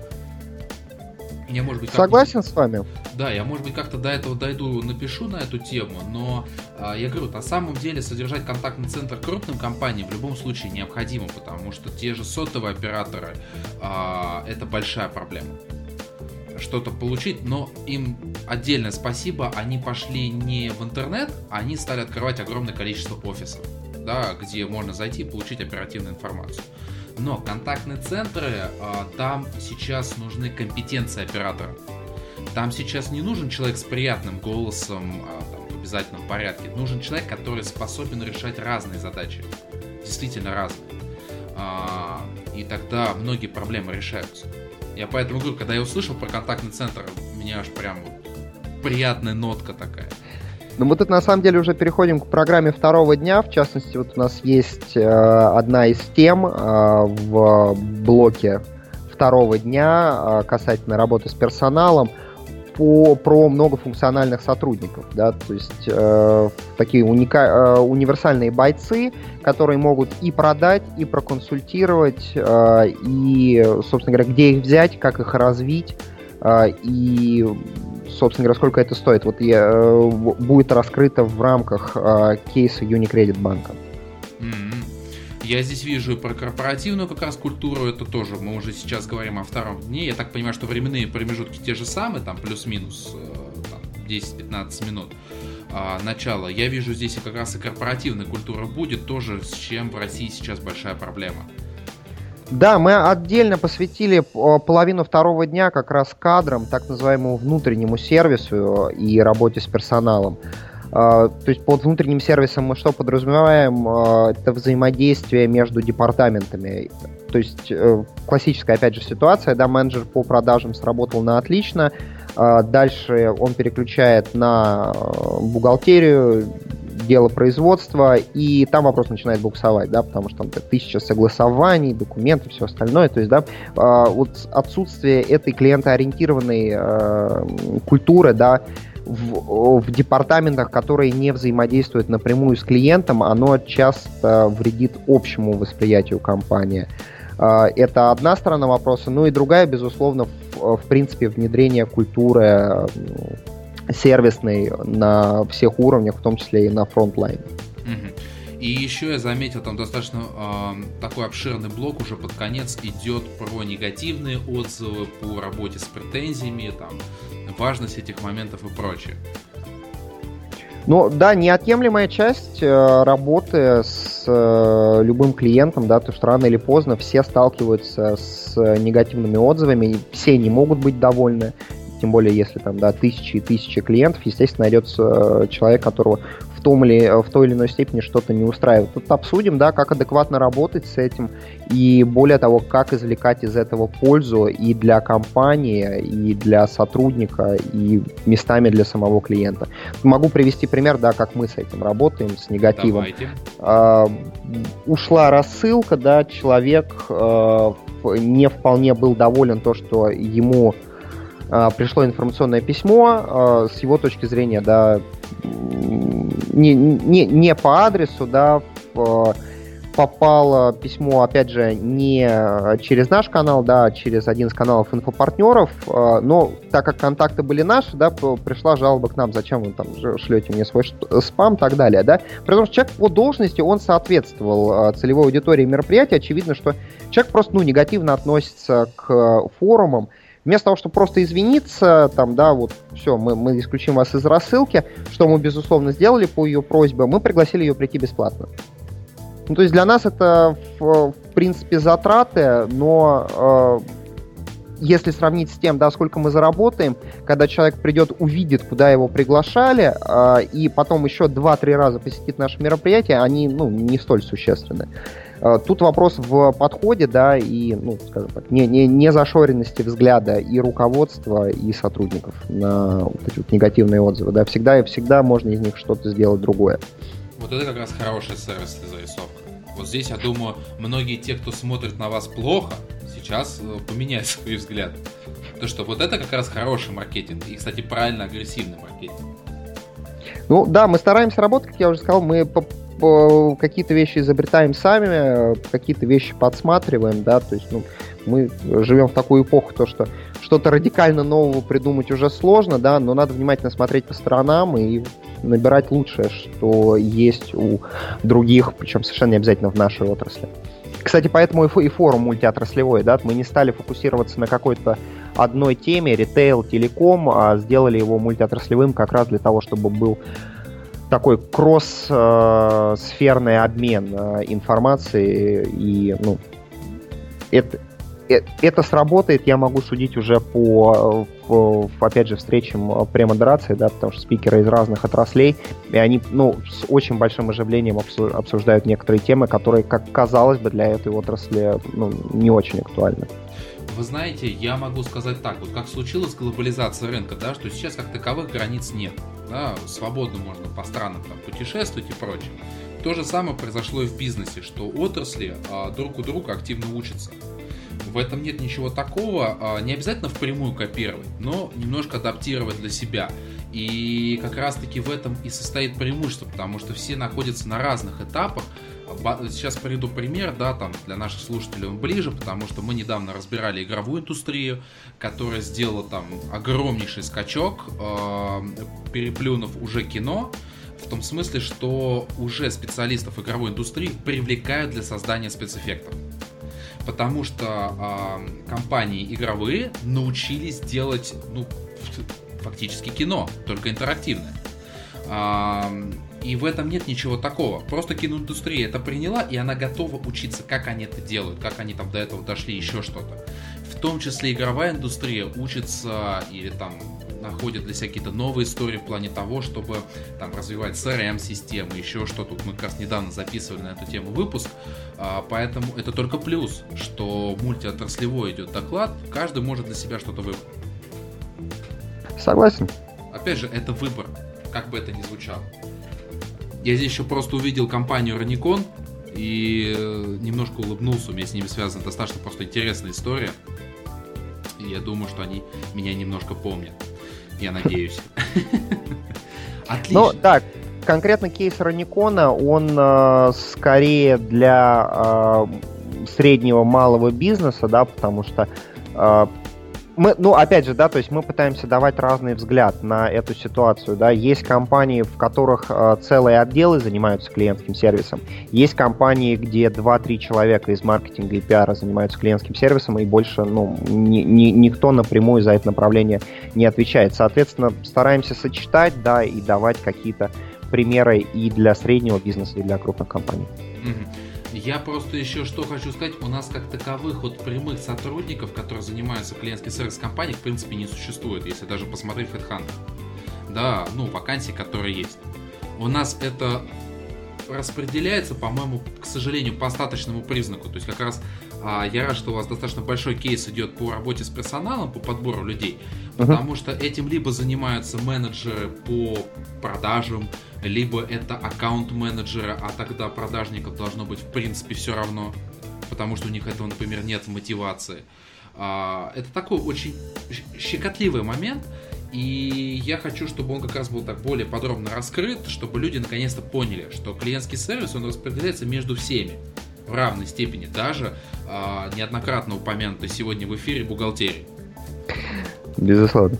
Я, может быть, согласен с вами. Да, я, может быть, как-то до этого дойду, напишу на эту тему, но я говорю, на самом деле содержать контактный центр крупным компаниям в любом случае необходимо, потому что те же сотовые операторы это большая проблема. что-то получить, но им отдельное спасибо, они пошли не в интернет, они стали открывать огромное количество офисов, да, где можно зайти и получить оперативную информацию. Но контактные центры, там сейчас нужны компетенции оператора. Там сейчас не нужен человек с приятным голосом, там, в обязательном порядке. Нужен человек, который способен решать разные задачи. Действительно разные. И тогда многие проблемы решаются. Я поэтому говорю, когда я услышал про контактный центр, у меня аж прям вот приятная нотка такая. Ну, мы тут на самом деле уже переходим к программе второго дня. В частности, вот у нас есть одна из тем в блоке второго дня касательно работы с персоналом про многофункциональных сотрудников, да, то есть такие универсальные бойцы, которые могут и продать, и проконсультировать, и, собственно говоря, где их взять, как их развить, и, собственно говоря, сколько это стоит. Вот будет раскрыто в рамках кейса Unicredit банка. Я здесь вижу и про корпоративную как раз культуру, это тоже, мы уже сейчас говорим о втором дне. Я так понимаю, что временные промежутки те же самые, там плюс-минус 10-15 минут начала. Я вижу здесь и как раз и корпоративная культура будет, тоже с чем в России сейчас большая проблема. Да, мы отдельно посвятили половину второго дня как раз кадрам, так называемому внутреннему сервису и работе с персоналом. То есть под внутренним сервисом мы что подразумеваем? Это взаимодействие между департаментами. То есть классическая, опять же, ситуация, да, менеджер по продажам сработал на отлично, дальше он переключает на бухгалтерию, дело производства, и там вопрос начинает буксовать, да, потому что там 1000 согласований, документов, все остальное. То есть, да, вот отсутствие этой клиентоориентированной культуры, да, в департаментах, которые не взаимодействуют напрямую с клиентом, оно часто вредит общему восприятию компании. Это одна сторона вопроса. Ну и другая, безусловно, в принципе, внедрение культуры сервисной на всех уровнях, в том числе и на фронтлайне. И еще я заметил, там достаточно такой обширный блок уже под конец идет про негативные отзывы по работе с претензиями, там, важность этих моментов и прочее. Ну да, неотъемлемая часть работы с любым клиентом, да, то что рано или поздно все сталкиваются с негативными отзывами, все не могут быть довольны. Тем более, если там, да, тысячи и тысячи клиентов, естественно, найдется человек, которого в той или иной степени что-то не устраивает. Тут обсудим, да, как адекватно работать с этим, и более того, как извлекать из этого пользу и для компании, и для сотрудника, и местами для самого клиента. Могу привести пример, да, как мы с этим работаем, с негативом. Ушла рассылка, да, человек не вполне был доволен то, что ему пришло информационное письмо, с его точки зрения, да, не по адресу, да, попало письмо, опять же, не через наш канал, да, а через один из каналов инфопартнеров, но так как контакты были наши, да, пришла жалоба к нам, зачем вы там шлете мне свой спам и так далее, да. При том, что человек по должности, он соответствовал целевой аудитории мероприятия, очевидно, что человек просто, ну, негативно относится к форумам. Вместо того, чтобы просто извиниться, там, да, вот, все, мы исключим вас из рассылки, что мы, безусловно, сделали по ее просьбе, мы пригласили ее прийти бесплатно. Ну, то есть для нас это, в принципе, затраты, но если сравнить с тем, да, сколько мы заработаем, когда человек придет, увидит, куда его приглашали, и потом еще 2-3 раза посетит наше мероприятие, они, ну, не столь существенны. Тут вопрос в подходе, да, и, ну, скажем так, не зашоренности взгляда и руководства, и сотрудников на вот эти вот негативные отзывы, да, всегда можно из них что-то сделать другое. Вот это как раз хорошая сервисная зарисовка. Вот здесь, я думаю, многие те, кто смотрит на вас плохо, сейчас поменяют свой взгляд. То, что вот это как раз хороший маркетинг, и, кстати, правильно агрессивный маркетинг. Ну, да, мы стараемся работать, как я уже сказал, мы какие-то вещи изобретаем сами, какие-то вещи подсматриваем, да, то есть, ну, мы живем в такую эпоху, то, что что-то радикально нового придумать уже сложно, да, но надо внимательно смотреть по сторонам и набирать лучшее, что есть у других, причем совершенно не обязательно в нашей отрасли. Кстати, поэтому и форум мультиотраслевой, да, мы не стали фокусироваться на какой-то одной теме, ритейл, телеком, сделали его мультиотраслевым как раз для того, чтобы был такой кросс-сферный обмен информацией, и это сработает, я могу судить уже по опять же, встречам премодерации, да, потому что спикеры из разных отраслей, и они, с очень большим оживлением обсуждают некоторые темы, которые, как казалось бы, для этой отрасли, не очень актуальны. Вы знаете, я могу сказать так, вот как случилась глобализация рынка, да, что сейчас как таковых границ нет, да, свободно можно по странам там путешествовать и прочее. То же самое произошло и в бизнесе, что отрасли друг у друга активно учатся. В этом нет ничего такого, не обязательно впрямую копировать, но немножко адаптировать для себя. И как раз таки в этом и состоит преимущество, потому что все находятся на разных этапах. Сейчас приведу пример, да, там для наших слушателей он ближе, потому что мы недавно разбирали игровую индустрию, которая сделала там огромнейший скачок, переплюнув уже кино. В том смысле, что уже специалистов игровой индустрии привлекают для создания спецэффектов. Потому что компании игровые научились делать, фактически кино, только интерактивное. И в этом нет ничего такого. Просто киноиндустрия это приняла, и она готова учиться, как они это делают, как они там до этого дошли, еще что-то. В том числе игровая индустрия учится или там находит для себя какие-то новые истории в плане того, чтобы там развивать CRM-системы, еще что-то. Мы как раз недавно записывали на эту тему выпуск, поэтому это только плюс, что мультиотраслевой идет доклад, каждый может для себя что-то выбрать. Согласен. Опять же, это выбор, как бы это ни звучало. Я здесь еще просто увидел компанию Ronicon и немножко улыбнулся, у меня с ними связана достаточно просто интересная история. И я думаю, что они меня немножко помнят. Я надеюсь. Отлично. Так, конкретно кейс Роникона, он скорее для среднего малого бизнеса, да, потому что мы, опять же, да, то есть мы пытаемся давать разный взгляд на эту ситуацию, да. Есть компании, в которых целые отделы занимаются клиентским сервисом. Есть компании, где 2-3 человека из маркетинга и пиара занимаются клиентским сервисом, и больше, никто напрямую за это направление не отвечает. Соответственно, стараемся сочетать, да, и давать какие-то примеры и для среднего бизнеса, и для крупных компаний. Я просто еще что хочу сказать, у нас как таковых вот прямых сотрудников, которые занимаются клиентским сервисом компании, в принципе не существует, если даже посмотреть HeadHunter. Да, вакансии, которые есть. У нас это распределяется, по-моему, к сожалению, по остаточному признаку. То есть как раз я рад, что у вас достаточно большой кейс идет по работе с персоналом, по подбору людей, потому что этим либо занимаются менеджеры по продажам, либо это аккаунт-менеджеры, а тогда продажников должно быть в принципе все равно, потому что у них этого, например, нет мотивации. Это такой очень щекотливый момент, и я хочу, чтобы он как раз был так более подробно раскрыт, чтобы люди наконец-то поняли, что клиентский сервис, он распределяется между всеми в равной степени, даже неоднократно упомянутой сегодня в эфире бухгалтерии. Безусловно.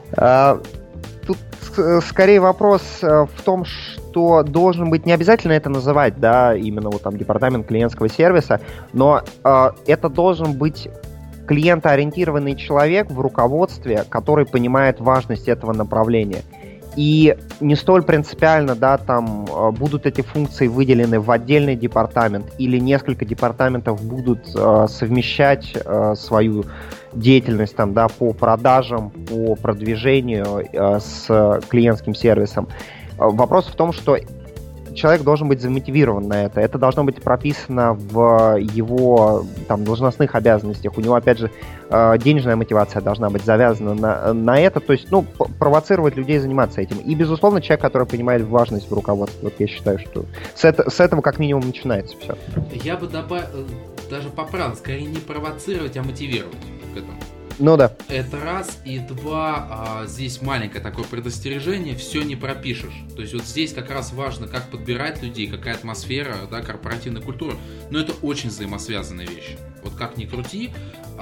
Тут скорее вопрос в том, что должен быть, не обязательно это называть, да, именно вот там департамент клиентского сервиса, но это должен быть клиентоориентированный человек в руководстве, который понимает важность этого направления. И не столь принципиально, да, там будут эти функции выделены в отдельный департамент или несколько департаментов будут совмещать свою деятельность там, да, по продажам, по продвижению с клиентским сервисом. Вопрос в том, что человек должен быть замотивирован на это. Это должно быть прописано в его там, должностных обязанностях. У него, опять же, денежная мотивация должна быть завязана на это. То есть, провоцировать людей заниматься этим. И, безусловно, человек, который понимает важность в руководстве. Вот я считаю, что с этого как минимум начинается все. Я бы даже поправил, скорее не провоцировать, а мотивировать к этому. Да. Это раз. И два, здесь маленькое такое предостережение, все не пропишешь. То есть вот здесь как раз важно, как подбирать людей, какая атмосфера, да, корпоративная культура. Но это очень взаимосвязанные вещи. Вот как ни крути,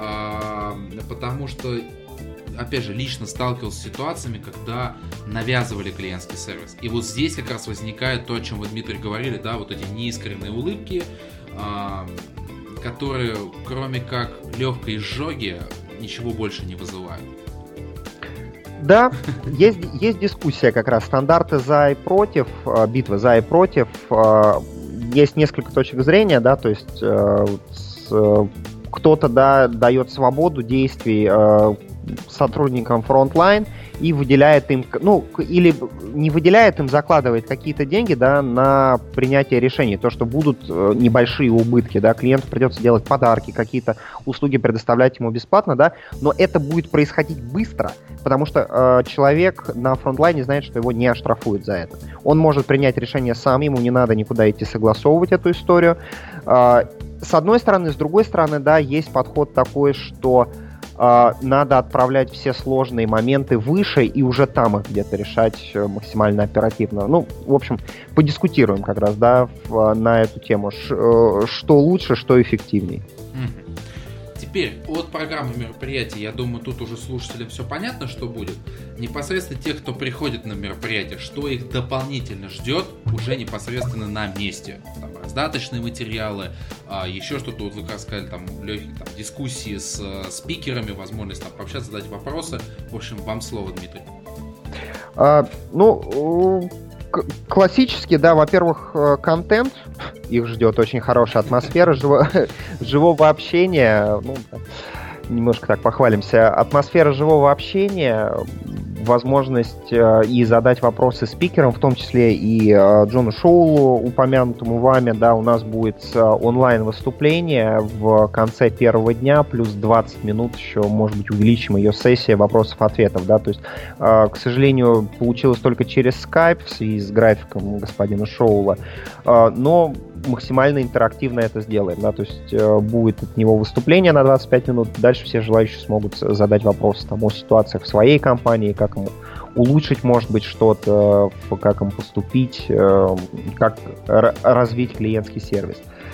потому что, опять же, лично сталкивался с ситуациями, когда навязывали клиентский сервис. И вот здесь как раз возникает то, о чем вы, Дмитрий, говорили, да, вот эти неискренние улыбки, которые, кроме как легкой изжоги, ничего больше не вызывают. Да, есть дискуссия как раз. Стандарты за и против, битвы за и против. Есть несколько точек зрения, да, то есть кто-то, да, дает свободу действий сотрудникам фронтлайн и выделяет им, ну, или не выделяет им, закладывает какие-то деньги, да, на принятие решений. То, что будут небольшие убытки, да, клиенту придется делать подарки, какие-то услуги предоставлять ему бесплатно, да, но это будет происходить быстро, потому что человек на фронтлайне знает, что его не оштрафуют за это. Он может принять решение сам, ему не надо никуда идти согласовывать эту историю. С одной стороны, с другой стороны, да, есть подход такой, что надо отправлять все сложные моменты выше и уже там их где-то решать максимально оперативно. Ну, в общем, подискутируем как раз, да, на эту тему, что лучше, что эффективней. Теперь от программы мероприятий, я думаю, тут уже слушателям все понятно, что будет. Непосредственно тех, кто приходит на мероприятие, что их дополнительно ждет уже непосредственно на месте. Там раздаточные материалы, еще что-то, вот вы как сказали, там легкие там, дискуссии с спикерами, возможность там пообщаться, задать вопросы. В общем, вам слово, Дмитрий. Классически, да, во-первых, контент, их ждет очень хорошая атмосфера живого общения, ну, немножко так похвалимся, атмосфера живого общения, возможность и задать вопросы спикерам, в том числе и Джону Шоулу, упомянутому вами, да, у нас будет онлайн-выступление в конце первого дня, плюс 20 минут еще, может быть, увеличим ее сессия вопросов-ответов, да, то есть, к сожалению, получилось только через Skype в связи с графиком господина Шоула, но максимально интерактивно это сделаем, да, то есть будет от него выступление на 25 минут, дальше все желающие смогут задать вопросы там о ситуациях в своей компании, как им улучшить, может быть, что-то, как им поступить, как развить клиентский сервис.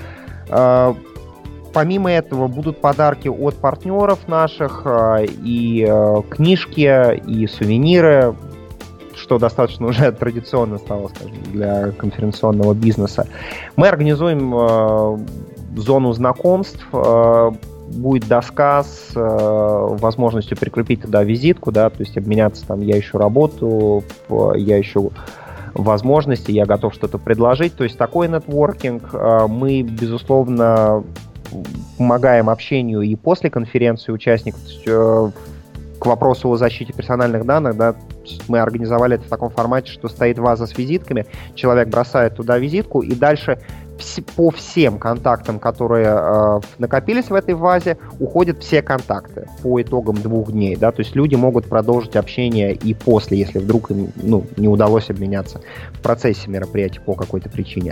Помимо этого будут подарки от партнеров наших, и книжки, и сувениры, что достаточно уже традиционно стало, скажем, для конференционного бизнеса. Мы организуем зону знакомств, будет доска с возможностью прикрепить туда визитку, да, то есть обменяться там, я ищу работу, я ищу возможности, я готов что-то предложить, то есть такой нетворкинг. Мы, безусловно, помогаем общению и после конференции участников. К вопросу о защите персональных данных, да, мы организовали это в таком формате, что стоит ваза с визитками, человек бросает туда визитку, и дальше по всем контактам, которые накопились в этой вазе, уходят все контакты по итогам 2 дней, да, то есть люди могут продолжить общение и после, если вдруг им, ну, не удалось обменяться в процессе мероприятия по какой-то причине.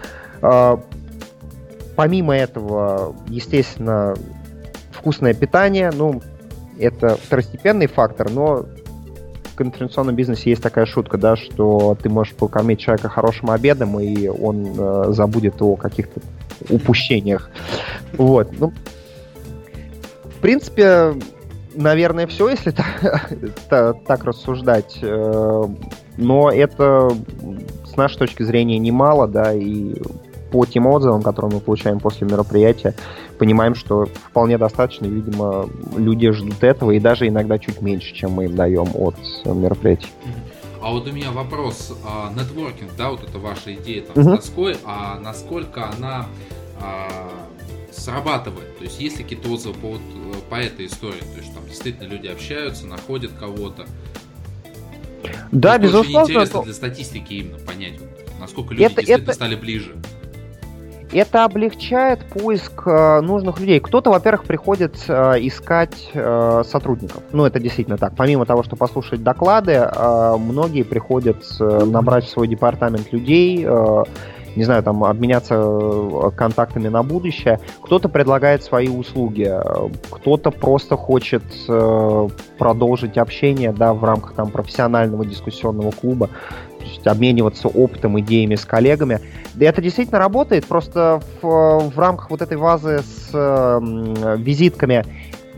Помимо этого, естественно, вкусное питание, ну, это второстепенный фактор, но в конференционном бизнесе есть такая шутка, да, что ты можешь покормить человека хорошим обедом, и он забудет о каких-то упущениях. Вот. Ну, в принципе, наверное, все, если так рассуждать. Но это, с нашей точки зрения, немало, да, и по тем отзывам, которые мы получаем после мероприятия, понимаем, что вполне достаточно, видимо, люди ждут этого, и даже иногда чуть меньше, чем мы им даем от мероприятий. А вот у меня вопрос. Нетворкинг, да, вот это ваша идея там, с доской, а насколько она срабатывает? То есть есть ли какие-то отзывы по этой истории? То есть там действительно люди общаются, находят кого-то? Да, безусловно. Очень интересно для статистики именно понять, насколько люди действительно стали ближе. Это облегчает поиск нужных людей. Кто-то, во-первых, приходит искать сотрудников. Ну, это действительно так. Помимо того, что послушать доклады, многие приходят набрать в свой департамент людей, не знаю, там, обменяться контактами на будущее. Кто-то предлагает свои услуги, кто-то просто хочет продолжить общение, да, в рамках там профессионального дискуссионного клуба, то есть обмениваться опытом, идеями с коллегами. И это действительно работает, просто в рамках вот этой вазы с визитками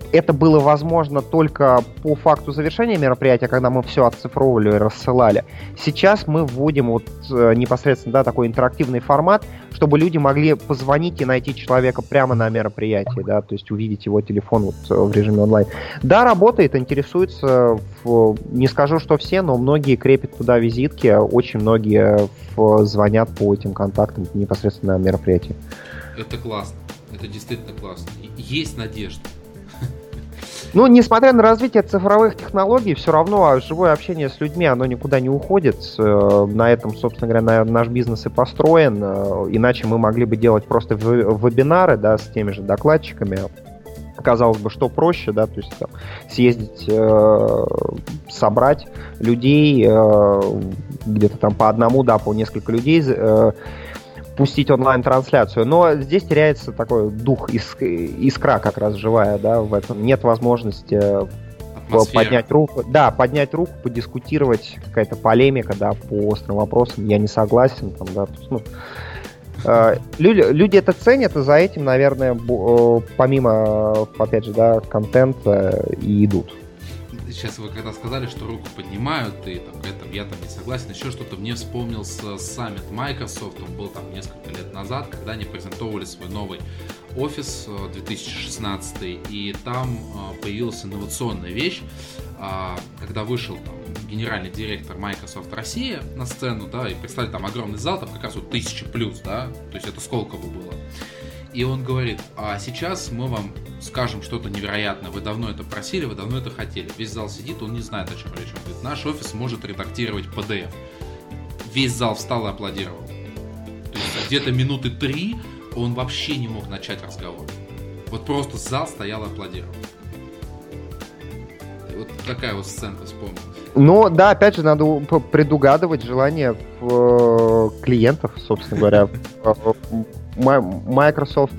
это было возможно только по факту завершения мероприятия, когда мы все оцифровывали и рассылали. Сейчас мы вводим вот непосредственно, да, такой интерактивный формат, чтобы люди могли позвонить и найти человека прямо на мероприятии, да, то есть увидеть его телефон вот в режиме онлайн. Да, работает, интересуется, не скажу, что все, но многие крепят туда визитки, очень многие звонят по этим контактам непосредственно на мероприятии. Это классно, это действительно классно. Есть надежда. Ну, несмотря на развитие цифровых технологий, все равно живое общение с людьми, оно никуда не уходит. На этом, собственно говоря, наш бизнес и построен. Иначе мы могли бы делать просто вебинары, да, с теми же докладчиками. Казалось бы, что проще, да, то есть там, съездить, собрать людей, где-то там по одному, да, по несколько людей, пустить онлайн-трансляцию, но здесь теряется такой дух, искра как раз живая, да, в этом. Нет возможности поднять руку, подискутировать, какая-то полемика, да, по острым вопросам, я не согласен, там, да, то есть, люди это ценят, и за этим, наверное, помимо, опять же, да, контента и идут. Сейчас вы когда сказали, что руку поднимают, и там, я там не согласен, еще что-то, мне вспомнился саммит Microsoft, он был там несколько лет назад, когда они презентовали свой новый офис 2016, и там появилась инновационная вещь, когда вышел там генеральный директор Microsoft Россия на сцену, да, и представили там огромный зал, там как раз вот 1000 плюс, да, то есть это Сколково было. И он говорит, а сейчас мы вам скажем что-то невероятное, вы давно это просили, вы давно это хотели. Весь зал сидит, он не знает, о чем речь. Он говорит, наш офис может редактировать PDF. Весь зал встал и аплодировал. То есть где-то минуты 3 он вообще не мог начать разговор. Вот просто зал стоял и аплодировал. Вот такая вот сценка вспомнилась. Ну, да, опять же, надо предугадывать желания клиентов, собственно говоря. Microsoft,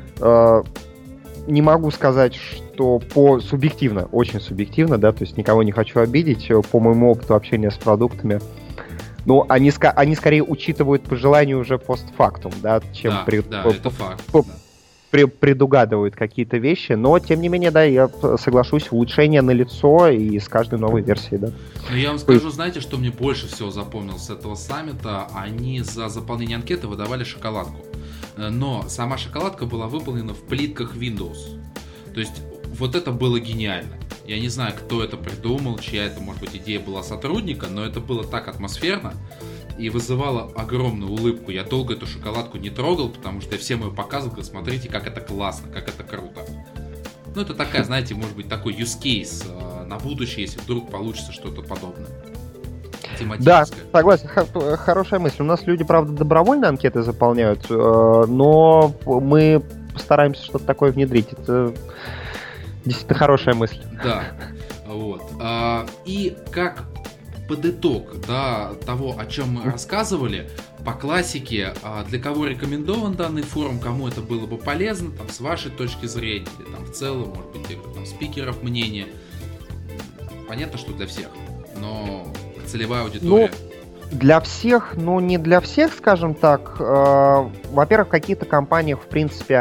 не могу сказать, что субъективно, очень субъективно, да, то есть никого не хочу обидеть, по моему опыту общения с продуктами, но они скорее учитывают пожелания уже постфактум, да, чем это факт, предугадывают какие-то вещи, но, тем не менее, да, я соглашусь, улучшение налицо и с каждой новой версией, да. Но я вам скажу, знаете, что мне больше всего запомнилось с этого саммита? Они за заполнение анкеты выдавали шоколадку. Но сама шоколадка была выполнена в плитках Windows. То есть вот это было гениально. Я не знаю, кто это придумал, чья это, может быть, идея была сотрудника, но это было так атмосферно и вызывало огромную улыбку. Я долго эту шоколадку не трогал, потому что я всем ее показывал, говорю, смотрите, как это классно, как это круто. Ну, это такая, знаете, может быть, такой use case на будущее, если вдруг получится что-то подобное. Да, согласен, хорошая мысль. У нас люди, правда, добровольно анкеты заполняют, но мы постараемся что-то такое внедрить. Это действительно хорошая мысль. Да, вот. И как под итог, да, того, о чем мы рассказывали, по классике, для кого рекомендован данный форум, кому это было бы полезно, там, с вашей точки зрения, или там в целом, может быть, там, спикеров мнение. Понятно, что для всех, но целевая аудитория. Ну, для всех, но не для всех, скажем так. Во-первых, в каких-то компаниях, в принципе,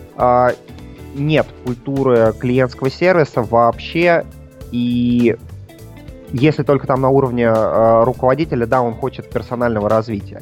нет культуры клиентского сервиса вообще, и если только там на уровне руководителя, да, он хочет персонального развития.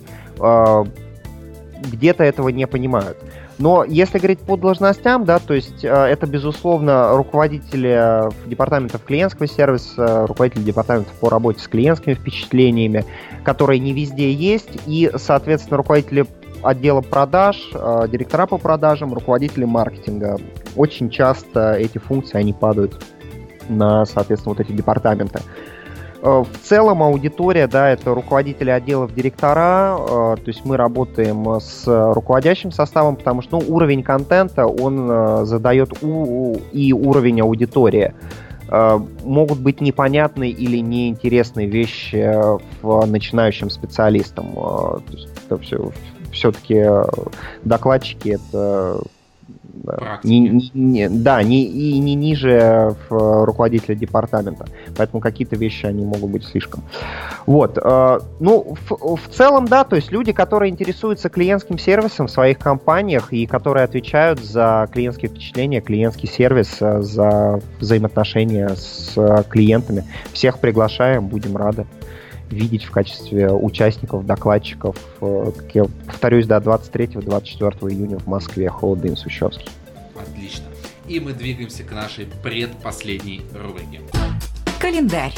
Где-то этого не понимают. Но если говорить по должностям, да, то есть это, безусловно, руководители департаментов клиентского сервиса, руководители департаментов по работе с клиентскими впечатлениями, которые не везде есть, и, соответственно, руководители отдела продаж, директора по продажам, руководители маркетинга. Очень часто эти функции, они падают на, соответственно, вот эти департаменты. В целом аудитория, да, это руководители отделов, директора, то есть мы работаем с руководящим составом, потому что, ну, уровень контента, он задает и уровень аудитории. Могут быть непонятные или неинтересные вещи начинающим специалистам. То есть это все-таки докладчики, это не ниже руководителя департамента. Поэтому какие-то вещи, они могут быть слишком. Вот. В целом, да, то есть люди, которые интересуются клиентским сервисом в своих компаниях и которые отвечают за клиентские впечатления, клиентский сервис, за взаимоотношения с клиентами, всех приглашаем, будем рады видеть в качестве участников, докладчиков, как я повторюсь, 23-24 июня в Москве, Холл Сущевский. Отлично. И мы двигаемся к нашей предпоследней рубрике. Календарь.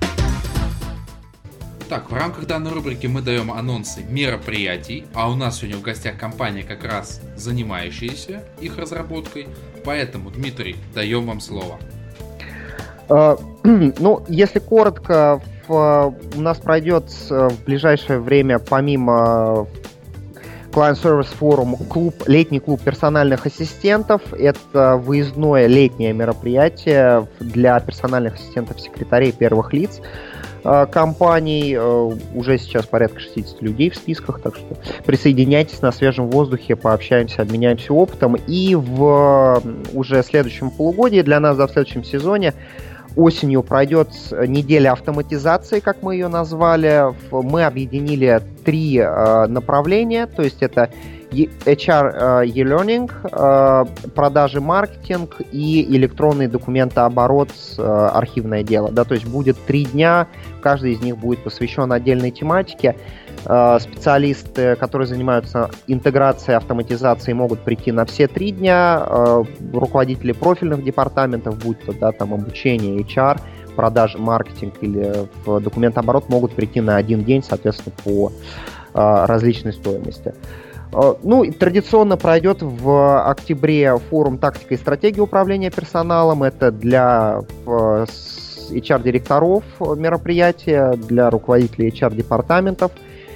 Так, в рамках данной рубрики мы даем анонсы мероприятий, а у нас сегодня в гостях компания, как раз занимающаяся их разработкой. Поэтому, Дмитрий, даем вам слово. Если коротко, у нас пройдет в ближайшее время, помимо Client Service Forum, летний клуб персональных ассистентов. Это выездное летнее мероприятие для персональных ассистентов-секретарей первых лиц компаний. Уже сейчас порядка 60 людей в списках, так что присоединяйтесь, на свежем воздухе, пообщаемся, обменяемся опытом. И в уже следующем полугодии, для нас, в следующем сезоне, осенью пройдет неделя автоматизации, как мы ее назвали. Мы объединили 3 направления, то есть это HR e-learning, продажи, маркетинг и электронный документооборот, архивное дело. Да, то есть будет 3 дня, каждый из них будет посвящен отдельной тематике. Специалисты, которые занимаются интеграцией, автоматизацией, могут прийти на все 3 дня. Руководители профильных департаментов, будь то там обучение, HR, продажи, маркетинг или в документооборот, могут прийти на 1 день, соответственно, по различной стоимости. И традиционно пройдет в октябре форум «Тактика и стратегия управления персоналом». Это для HR-директоров мероприятия, для руководителей HR-департаментов.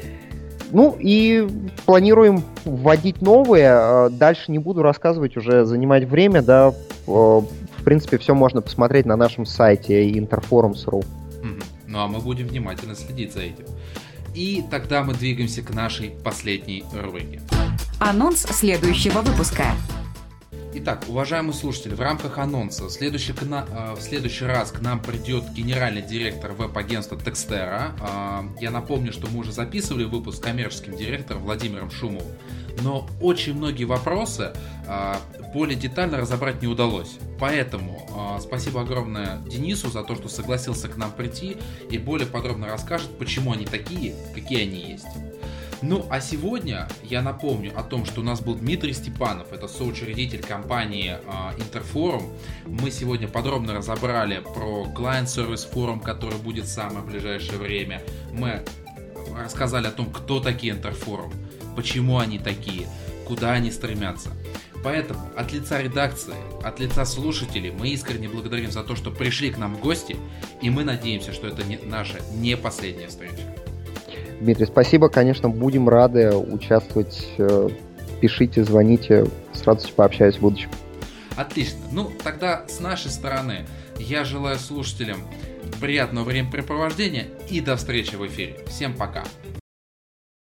И планируем вводить новые. Дальше не буду рассказывать, уже занимать время. Да, в принципе, все можно посмотреть на нашем сайте interforums.ru. А мы будем внимательно следить за этим. И тогда мы двигаемся к нашей последней рубрике. Анонс следующего выпуска. Итак, уважаемые слушатели, в рамках анонса в следующий раз к нам придет генеральный директор веб-агентства Textera. Я напомню, что мы уже записывали выпуск с коммерческим директором Владимиром Шумовым, но очень многие вопросы более детально разобрать не удалось. Поэтому спасибо огромное Денису за то, что согласился к нам прийти и более подробно расскажет, почему они такие, какие они есть. А сегодня я напомню о том, что у нас был Дмитрий Степанов, это соучредитель компании Интерфорум. Мы сегодня подробно разобрали про Client Service Forum, который будет в самое ближайшее время. Мы рассказали о том, кто такие Интерфорум, почему они такие, куда они стремятся. Поэтому от лица редакции, от лица слушателей мы искренне благодарим за то, что пришли к нам в гости, и мы надеемся, что это наша не последняя встреча. Дмитрий, спасибо, конечно, будем рады участвовать. Пишите, звоните, с радостью пообщаюсь в будущем. Отлично. Тогда с нашей стороны я желаю слушателям приятного времяпрепровождения и до встречи в эфире. Всем пока.